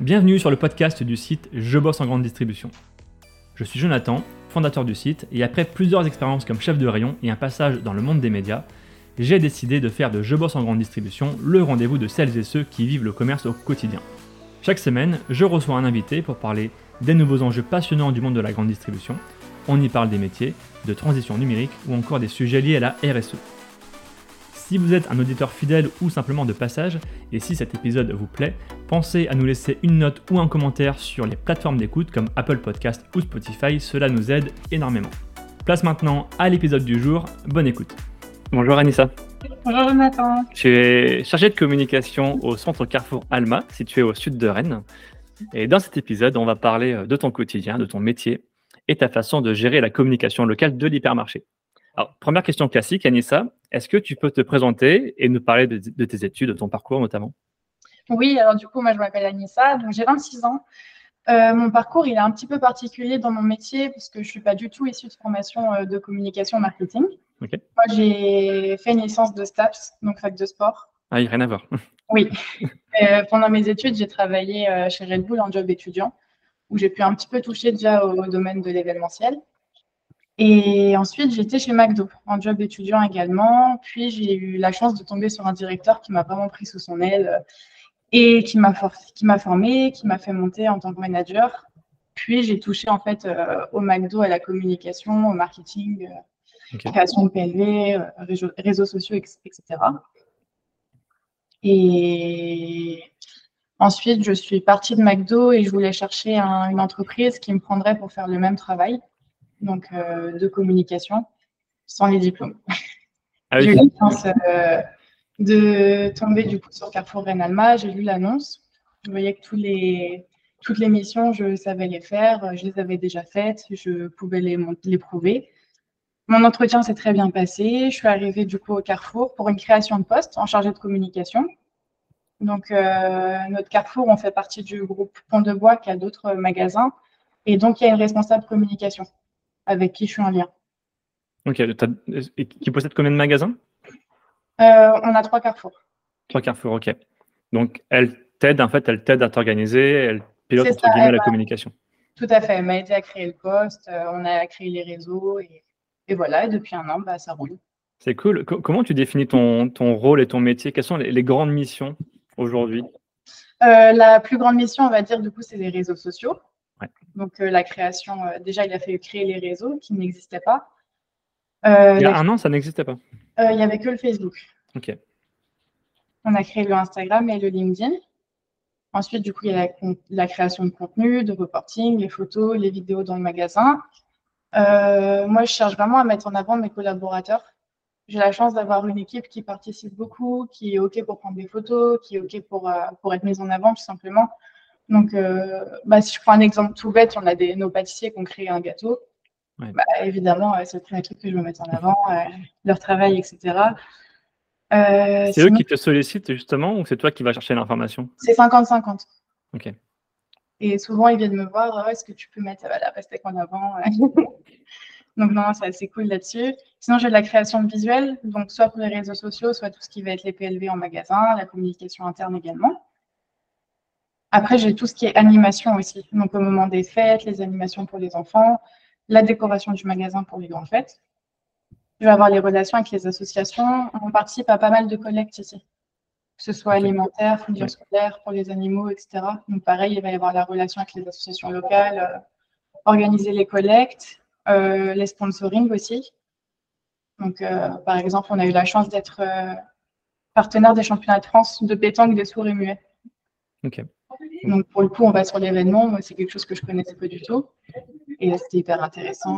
Bienvenue sur le podcast du site Je bosse en grande distribution. Je suis Jonathan, fondateur du site, et après plusieurs expériences comme chef de rayon et un passage dans le monde des médias, j'ai décidé de faire de Je bosse en grande distribution le rendez-vous de celles et ceux qui vivent le commerce au quotidien. Chaque semaine, je reçois un invité pour parler des nouveaux enjeux passionnants du monde de la grande distribution. On y parle des métiers, de transition numérique ou encore des sujets liés à la RSE. Si vous êtes un auditeur fidèle ou simplement de passage, et si cet épisode vous plaît, pensez à nous laisser une note ou un commentaire sur les plateformes d'écoute comme Apple Podcast ou Spotify, cela nous aide énormément. Place maintenant à l'épisode du jour, bonne écoute. Bonjour Anissa. Bonjour Jonathan. Tu es chargée de communication au centre Carrefour Alma, situé au sud de Rennes. Et dans cet épisode, on va parler de ton quotidien, de ton métier et ta façon de gérer la communication locale de l'hypermarché. Alors, première question classique, Anissa, est-ce que tu peux te présenter et nous parler de tes études, de ton parcours notamment ? Oui, alors du coup, moi je m'appelle Anissa, donc j'ai 26 ans. Mon parcours, il est un petit peu particulier dans mon métier puisque je ne suis pas du tout issue de formation de communication marketing. Okay. Moi, j'ai fait une licence de STAPS, donc fac de sport. Ah, il n'y a rien à voir. Oui. Pendant mes études, j'ai travaillé chez Red Bull en job étudiant, où j'ai pu un petit peu toucher déjà au domaine de l'événementiel. Et ensuite, j'étais chez McDo, en job étudiant également. Puis, j'ai eu la chance de tomber sur un directeur qui m'a vraiment pris sous son aile et qui m'a formé, qui m'a fait monter en tant que manager. Puis, j'ai touché en fait au McDo, à la communication, au marketing, création de PLV, réseaux sociaux, etc. Et ensuite, je suis partie de McDo et je voulais chercher une entreprise qui me prendrait pour faire le même travail. Donc de communication, sans les diplômes. Ah oui. J'ai eu la chance de tomber du coup sur Carrefour Rennes-Alma. J'ai lu l'annonce. Je voyais que toutes les missions, je savais les faire. Je les avais déjà faites. Je pouvais les prouver. Mon entretien s'est très bien passé. Je suis arrivée du coup au Carrefour pour une création de poste en chargée de communication. Donc notre Carrefour, on fait partie du groupe Pont de Bois qui a d'autres magasins. Et donc, il y a une responsable communication avec qui je suis en lien. Ok, et qui possède combien de magasins ? On a 3 Carrefours. 3 Carrefours, ok. Donc, elle t'aide à t'organiser, elle pilote entre guillemets la communication. Tout à fait, elle m'a aidé à créer le poste, on a créé les réseaux et voilà, et depuis un an, ça roule. C'est cool. Comment tu définis ton rôle et ton métier ? Quelles sont les grandes missions aujourd'hui ? La plus grande mission, on va dire, du coup, c'est les réseaux sociaux. Ouais. Donc, la création, déjà, il a fallu créer les réseaux qui n'existaient pas. Il y a un an, ça n'existait pas. Il n'y avait que le Facebook. Ok. On a créé le Instagram et le LinkedIn. Ensuite, du coup, il y a la création de contenu, de reporting, les photos, les vidéos dans le magasin. Moi, je cherche vraiment à mettre en avant mes collaborateurs. J'ai la chance d'avoir une équipe qui participe beaucoup, qui est OK pour prendre des photos, qui est OK pour être mise en avant, tout simplement. Donc, si je prends un exemple tout bête, on a nos pâtissiers qui ont créé un gâteau. Ouais. Évidemment, c'est le premier truc que je veux mettre en avant, leur travail, etc. C'est eux qui te sollicitent justement ou c'est toi qui vas chercher l'information ? C'est 50-50. Ok. Et souvent, ils viennent me voir, est-ce que tu peux mettre la pastèque en avant ? Donc, non, c'est assez cool là-dessus. Sinon, j'ai de la création de visuels, donc soit pour les réseaux sociaux, soit tout ce qui va être les PLV en magasin, la communication interne également. Après, j'ai tout ce qui est animation aussi. Donc, au moment des fêtes, les animations pour les enfants, la décoration du magasin pour les grandes fêtes. Je vais avoir les relations avec les associations. On participe à pas mal de collectes ici, que ce soit alimentaire, fourniture scolaire pour les animaux, etc. Donc, pareil, il va y avoir la relation avec les associations locales, organiser les collectes, les sponsoring aussi. Donc, par exemple, on a eu la chance d'être partenaire des championnats de France de pétanque des sourds et muets. Okay. Donc, pour le coup, on va sur l'événement. Moi, c'est quelque chose que je connaissais pas du tout. Et c'était hyper intéressant.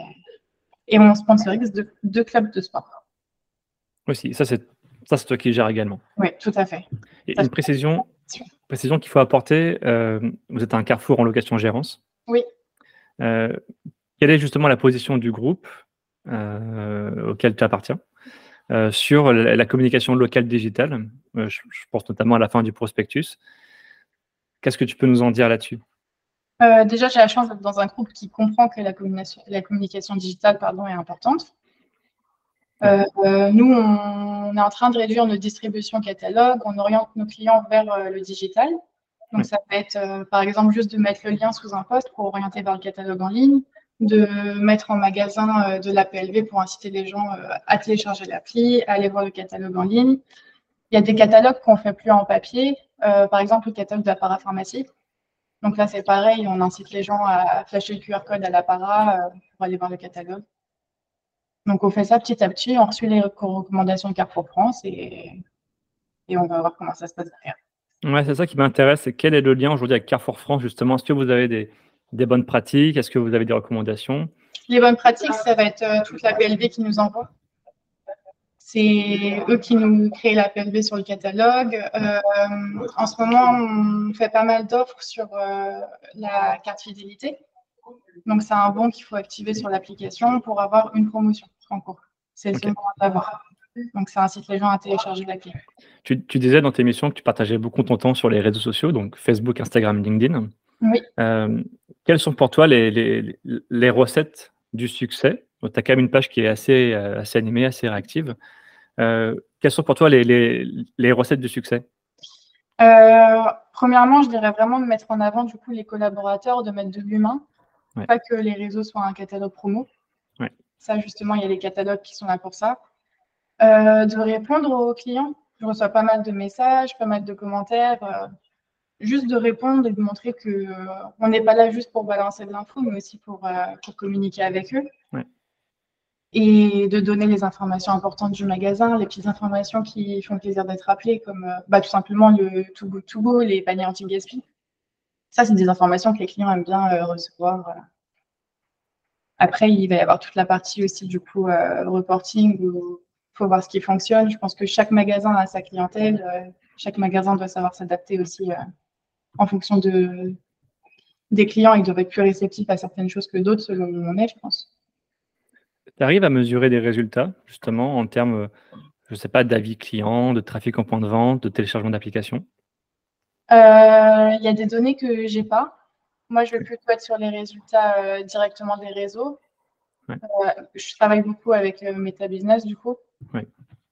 Et on sponsorise 2 clubs de sport. Oui, ça, c'est toi qui gères également. Oui, tout à fait. Et une précision qu'il faut apporter, vous êtes un Carrefour en location-gérance. Oui. Quelle est justement la position du groupe auquel tu appartiens sur la communication locale digitale ? Je pense notamment à la fin du prospectus. Qu'est-ce que tu peux nous en dire là-dessus ? Déjà, j'ai la chance d'être dans un groupe qui comprend que la communication digitale est importante. Nous, on est en train de réduire nos distributions catalogue, on oriente nos clients vers le digital. Donc, ça peut être, par exemple, juste de mettre le lien sous un post pour orienter vers le catalogue en ligne, de mettre en magasin de la PLV pour inciter les gens à télécharger l'appli, à aller voir le catalogue en ligne. Il y a des catalogues qu'on ne fait plus en papier, par exemple le catalogue de la parapharmacie. Donc là, c'est pareil, on incite les gens à flasher le QR code à la para pour aller voir le catalogue. Donc on fait ça petit à petit, on suit les recommandations de Carrefour France et on va voir comment ça se passe derrière. Ouais, c'est ça qui m'intéresse, c'est quel est le lien aujourd'hui avec Carrefour France, justement? Est-ce que vous avez des bonnes pratiques? Est-ce que vous avez des recommandations? Les bonnes pratiques, ça va être toute la PLV qui nous envoie. C'est eux qui nous créent la PLV sur le catalogue. En ce moment, on fait pas mal d'offres sur la carte fidélité. Donc, c'est un bon qu'il faut activer sur l'application pour avoir une promotion en cours. C'est le seul moment d'avoir. Donc, ça incite les gens à télécharger l'appli. Tu disais dans tes missions que tu partageais beaucoup ton temps sur les réseaux sociaux, donc Facebook, Instagram, LinkedIn. Oui. Quelles sont pour toi les recettes du succès? Tu as quand même une page qui est assez animée, assez réactive. Quelles sont pour toi les recettes du succès? Premièrement, je dirais vraiment de mettre en avant du coup les collaborateurs, de mettre de l'humain, pas que les réseaux soient un catalogue promo. Ouais. Ça, justement, il y a les catalogues qui sont là pour ça. De répondre aux clients. Je reçois pas mal de messages, pas mal de commentaires. Juste de répondre et de montrer qu'on n'est pas là juste pour balancer de l'info, mais aussi pour communiquer avec eux. Ouais. Et de donner les informations importantes du magasin, les petites informations qui font plaisir d'être rappelées, comme tout simplement le Too Good To Go, les paniers anti-gaspi. Ça, c'est des informations que les clients aiment bien recevoir. Après, il va y avoir toute la partie aussi, du coup, reporting, où il faut voir ce qui fonctionne. Je pense que chaque magasin a sa clientèle. Chaque magasin doit savoir s'adapter aussi en fonction des clients. Ils doivent être plus réceptifs à certaines choses que d'autres, selon où on est, je pense. Tu arrives à mesurer des résultats, justement, en termes, je ne sais pas, d'avis clients, de trafic en point de vente, de téléchargement d'applications? Il y a des données que je n'ai pas. Moi, je vais plutôt être sur les résultats directement des réseaux. Ouais. Je travaille beaucoup avec Meta Business, du coup. Ouais.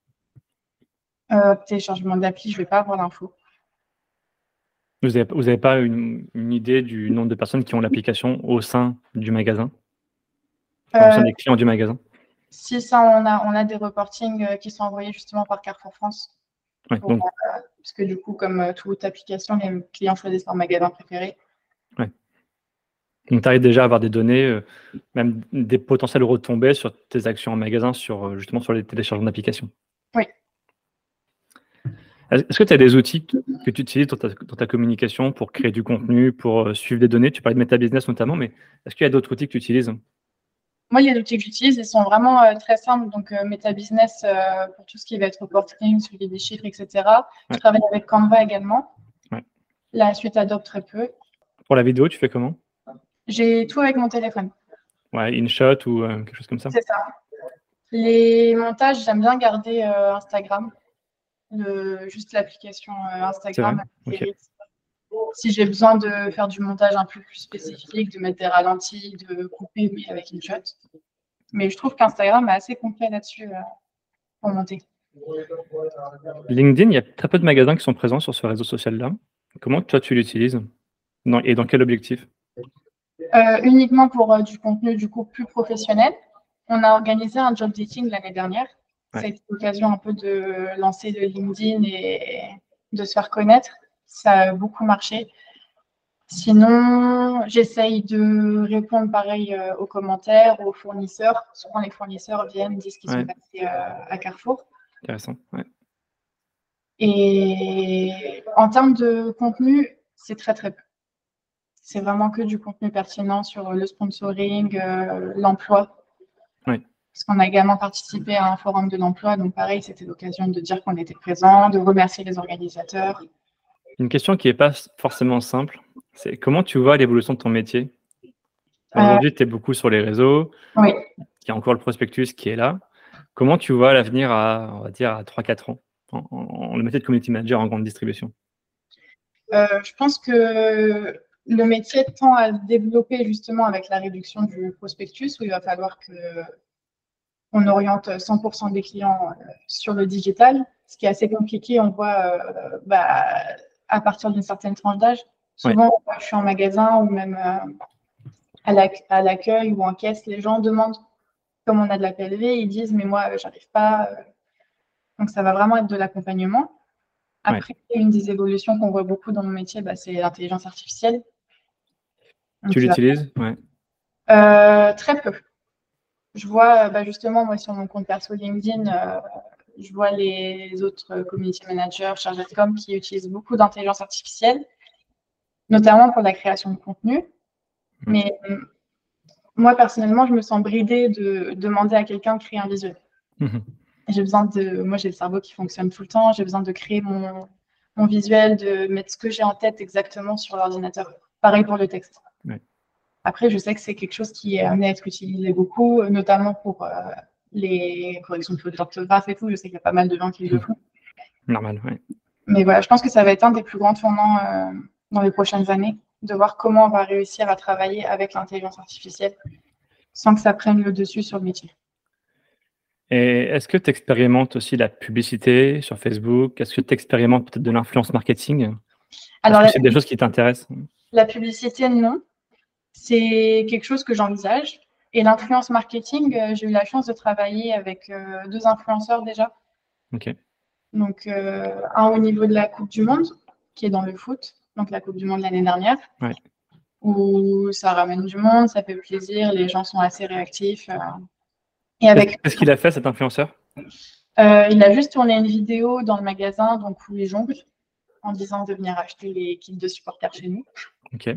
Téléchargement d'appli, je ne vais pas avoir l'info. Vous avez pas une idée du nombre de personnes qui ont l'application au sein du magasin? Enfin, au sein des clients du magasin? Si ça, on a des reportings qui sont envoyés justement par Carrefour France. Ouais, donc, parce que du coup, comme toute application, les clients choisissent leur magasin préféré. ouais. Donc, tu arrives déjà à avoir des données, même des potentielles retombées sur tes actions en magasin, justement sur les téléchargements d'applications? Oui. Est-ce que tu as des outils que tu utilises dans ta communication pour créer du contenu, pour suivre des données? Tu parlais de Meta Business notamment, mais est-ce qu'il y a d'autres outils que tu utilises? Moi, les outils que j'utilise, ils sont vraiment très simples. Donc, Meta Business pour tout ce qui va être reporting, suivi des chiffres, etc. Ouais. Je travaille avec Canva également. Ouais. La suite Adobe très peu. Pour la vidéo, tu fais comment? J'ai tout avec mon téléphone. Ouais, InShot ou quelque chose comme ça? C'est ça. Les montages, j'aime bien garder Instagram. Juste l'application Instagram. Okay. Si j'ai besoin de faire du montage un peu plus spécifique, de mettre des ralentis, de couper, oui, avec InShot. Mais je trouve qu'Instagram est assez complet là-dessus pour monter. LinkedIn, il y a très peu de magasins qui sont présents sur ce réseau social-là. Comment toi tu l'utilises? Et dans quel objectif? Uniquement pour du contenu du coup plus professionnel. On a organisé un job dating l'année dernière. Ouais. Ça a été l'occasion un peu de lancer le LinkedIn et de se faire connaître. Ça a beaucoup marché. Sinon, j'essaye de répondre pareil aux commentaires, aux fournisseurs. Souvent, les fournisseurs viennent, disent qu'ils sont passés à Carrefour. Intéressant, ouais. Et en termes de contenu, c'est très, très peu. C'est vraiment que du contenu pertinent sur le sponsoring, l'emploi. Oui. Parce qu'on a également participé à un forum de l'emploi. Donc, pareil, c'était l'occasion de dire qu'on était présent, de remercier les organisateurs. Une question qui n'est pas forcément simple, c'est comment tu vois l'évolution de ton métier? Aujourd'hui, tu es beaucoup sur les réseaux. Oui. Il y a encore le prospectus qui est là. Comment tu vois l'avenir on va dire, à 3-4 ans en le métier de community manager en grande distribution? Je pense que le métier tend à se développer justement avec la réduction du prospectus, où il va falloir qu'on oriente 100% des clients sur le digital, ce qui est assez compliqué. On voit à partir d'une certaine tranche d'âge. Ouais. Souvent, quand je suis en magasin ou même à l'accueil ou en caisse, les gens demandent, comme on a de la PLV, ils disent, mais moi, j'arrive pas. Donc, ça va vraiment être de l'accompagnement. Après, une des évolutions qu'on voit beaucoup dans mon métier, c'est l'intelligence artificielle. Donc, Tu l'utilises? Ouais. très peu. Je vois justement, moi, sur mon compte perso LinkedIn, je vois les autres community managers, chargés de com qui utilisent beaucoup d'intelligence artificielle, notamment pour la création de contenu. Mais moi, personnellement, je me sens bridée de demander à quelqu'un de créer un visuel. J'ai besoin moi, j'ai le cerveau qui fonctionne tout le temps. J'ai besoin de créer mon visuel, de mettre ce que j'ai en tête exactement sur l'ordinateur. Pareil pour le texte. Ouais. Après, je sais que c'est quelque chose qui est amené à être utilisé beaucoup, notamment pour les corrections de fautes d'orthographe et tout. Je sais qu'il y a pas mal de gens qui le font. Normal, ouais. Mais voilà, je pense que ça va être un des plus grands tournants dans les prochaines années, de voir comment on va réussir à travailler avec l'intelligence artificielle sans que ça prenne le dessus sur le métier. Et est-ce que tu expérimentes aussi la publicité sur Facebook? Est-ce que tu expérimentes peut-être de l'influence marketing? Alors, est-ce que c'est des choses qui t'intéressent? La publicité, non. C'est quelque chose que j'envisage. Et l'influence marketing, j'ai eu la chance de travailler avec 2 influenceurs déjà. Ok. Donc, un au niveau de la Coupe du Monde, qui est dans le foot, donc la Coupe du Monde l'année dernière, où ça ramène du monde, ça fait plaisir, les gens sont assez réactifs. Et avec Qu'est-ce qu'il a fait, cet influenceur? il a juste tourné une vidéo dans le magasin donc, où il jongle en disant de venir acheter les kits de supporters chez nous. Ok.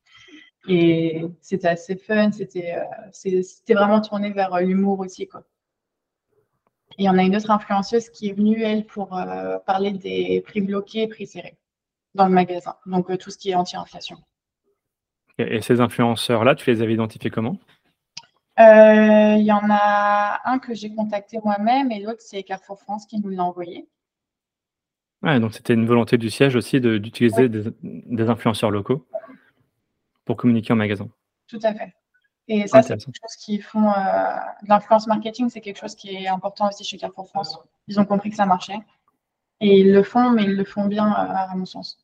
Et c'était assez fun, c'était vraiment tourné vers l'humour aussi, quoi. Et on a une autre influenceuse qui est venue, elle, pour parler des prix bloqués, prix serrés dans le magasin. Donc, tout ce qui est anti-inflation. Et ces influenceurs-là, tu les avais identifiés comment? Il y en a un que j'ai contacté moi-même et l'autre, c'est Carrefour France qui nous l'a envoyé. Ouais, donc c'était une volonté du siège aussi d'utiliser des influenceurs locaux pour communiquer en magasin. Tout à fait. Et ça, c'est quelque chose qui font de l'influence marketing, c'est quelque chose qui est important aussi chez Carrefour France. Ils ont compris que ça marchait. Et ils le font, mais ils le font bien, à mon sens.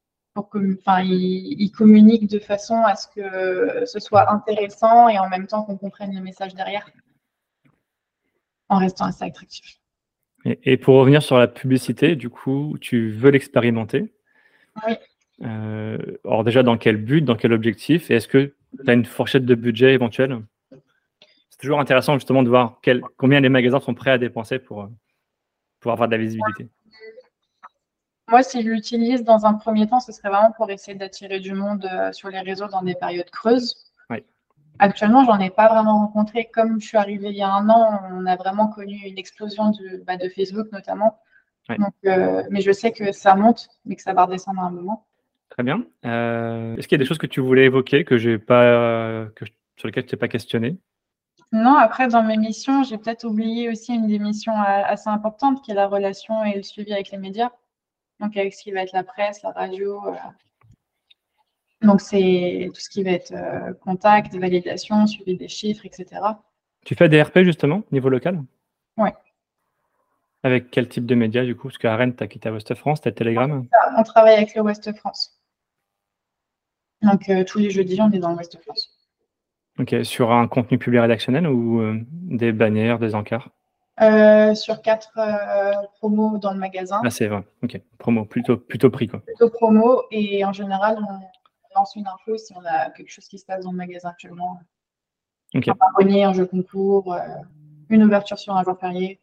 Ils communiquent de façon à ce que ce soit intéressant et en même temps qu'on comprenne le message derrière, en restant assez attractif. Et pour revenir sur la publicité, du coup, tu veux l'expérimenter? Oui. Alors déjà, dans quel but, dans quel objectif? Et est-ce que tu as une fourchette de budget éventuelle? C'est toujours intéressant justement de voir combien les magasins sont prêts à dépenser pour avoir de la visibilité. Moi, si je l'utilise dans un premier temps, ce serait vraiment pour essayer d'attirer du monde sur les réseaux dans des périodes creuses. Oui. Actuellement, j'en ai pas vraiment rencontré. Comme je suis arrivée il y a 1 an, on a vraiment connu une explosion de Facebook notamment. Ouais. Donc, mais je sais que ça monte, mais que ça va redescendre à un moment. Très bien. Est-ce qu'il y a des choses que tu voulais évoquer sur lesquelles je t'ai pas questionné? Non, après, dans mes missions, j'ai peut-être oublié aussi une des missions assez importantes, qui est la relation et le suivi avec les médias. Donc, avec ce qui va être la presse, la radio. Donc, c'est tout ce qui va être contact, validation, suivi des chiffres, etc. Tu fais des RP justement, niveau local? Oui. Avec quel type de médias du coup? Parce qu'à Rennes, tu as quitté Ouest France, tu as Telegram. On travaille avec le Ouest France. Donc, tous les jeudis, on est dans l'Ouest France. Ok, sur un contenu public rédactionnel ou des bannières, des encarts? Sur 4 promos dans le magasin. Ah, c'est vrai. Ok, promo, plutôt prix quoi. Plutôt promo. Et en général, on lance une info si on a quelque chose qui se passe dans le magasin actuellement. Okay. Un abonné, un jeu concours, une ouverture sur un jour férié.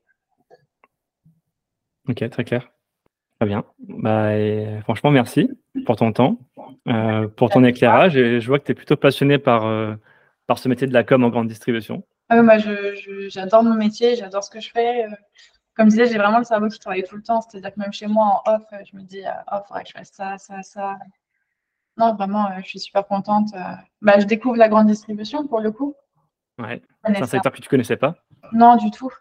Ok, très clair. Très bien. Franchement, merci pour ton temps, pour ton éclairage. Et je vois que tu es plutôt passionné par ce métier de la com en grande distribution. Moi, j'adore mon métier, j'adore ce que je fais. Comme je disais, j'ai vraiment le cerveau qui travaille tout le temps. C'est-à-dire que même chez moi, en off, je me dis, oh, faudrait que je fasse ça, ça, ça. Non, vraiment, je suis super contente. Je découvre la grande distribution pour le coup. Ouais. C'est un secteur que tu connaissais pas? Non, du tout.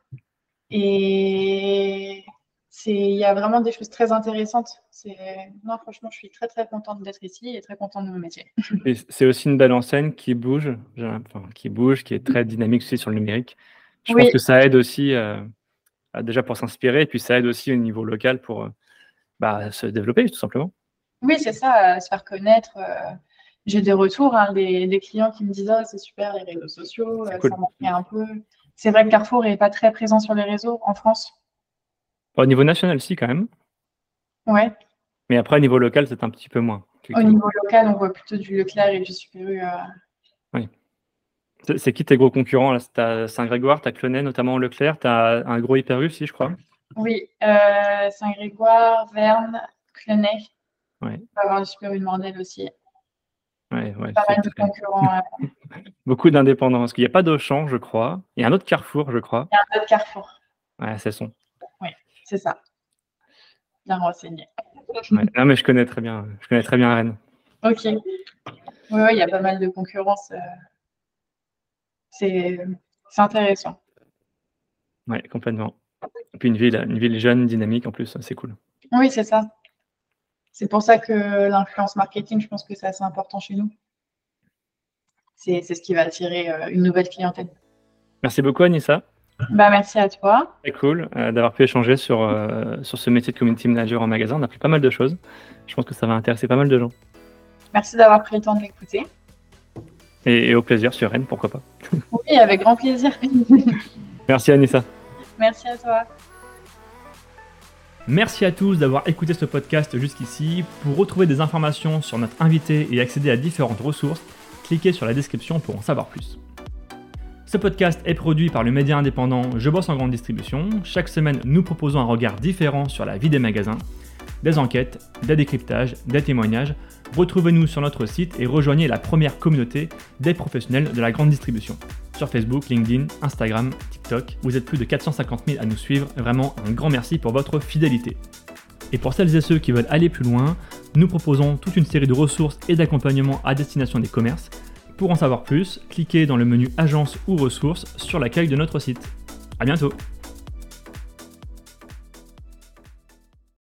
Et il y a vraiment des choses très intéressantes. Non, franchement, je suis très, très contente d'être ici et très contente de mon métier. Et c'est aussi une belle enseigne qui bouge, qui est très dynamique aussi sur le numérique. Je pense que ça aide aussi déjà pour s'inspirer, et puis ça aide aussi au niveau local pour se développer, tout simplement. Oui, c'est ça, se faire connaître. J'ai des retours, hein, des clients qui me disent «Ah, c'est super les réseaux sociaux, C'est cool. ça manquait un peu». C'est vrai que Carrefour est pas très présent sur les réseaux en France. Au niveau national, si, quand même, Ouais. mais après, au niveau local, c'est un petit peu moins, Au effectivement. niveau local, on voit plutôt du Leclerc et du Super U. Oui. C'est qui tes gros concurrents, là? Tu as Saint-Grégoire, tu as Clenay, notamment Leclerc, tu as un gros Hyper U aussi, je crois? Oui, Saint-Grégoire, Verne, Clenay. Ouais. On va avoir du Super U de Mandel aussi. Ouais, Pas c'est mal de très concurrents. beaucoup d'indépendants, parce qu'il y a pas d'Auchan, je crois. Il y a un autre Carrefour, je crois. Il y a un autre Carrefour. Ouais, c'est son. Oui, c'est ça. Bien renseigné. Ouais. Non, mais je connais très bien Rennes. OK. Oui, il y a pas mal de concurrence. C'est intéressant. Ouais, complètement. Et puis une ville jeune, dynamique en plus, c'est cool. Oui, c'est ça. C'est pour ça que l'influence marketing, je pense que c'est assez important chez nous. C'est ce qui va attirer une nouvelle clientèle. Merci beaucoup, Anissa. Merci à toi. C'est cool d'avoir pu échanger sur ce métier de community manager en magasin. On a appris pas mal de choses. Je pense que ça va intéresser pas mal de gens. Merci d'avoir pris le temps de m'écouter. Et au plaisir sur Rennes, pourquoi pas. Oui, avec grand plaisir. Merci, Anissa. Merci à toi. Merci à tous d'avoir écouté ce podcast jusqu'ici. Pour retrouver des informations sur notre invité et accéder à différentes ressources, cliquez sur la description pour en savoir plus. Ce podcast est produit par le média indépendant Je bosse en grande distribution. Chaque semaine, nous proposons un regard différent sur la vie des magasins, des enquêtes, des décryptages, des témoignages. Retrouvez-nous sur notre site et rejoignez la première communauté des professionnels de la grande distribution. Sur Facebook, LinkedIn, Instagram, TikTok, vous êtes plus de 450 000 à nous suivre. Vraiment un grand merci pour votre fidélité. Et pour celles et ceux qui veulent aller plus loin, nous proposons toute une série de ressources et d'accompagnements à destination des commerces. Pour en savoir plus, cliquez dans le menu Agence ou ressources sur l'accueil de notre site. À bientôt!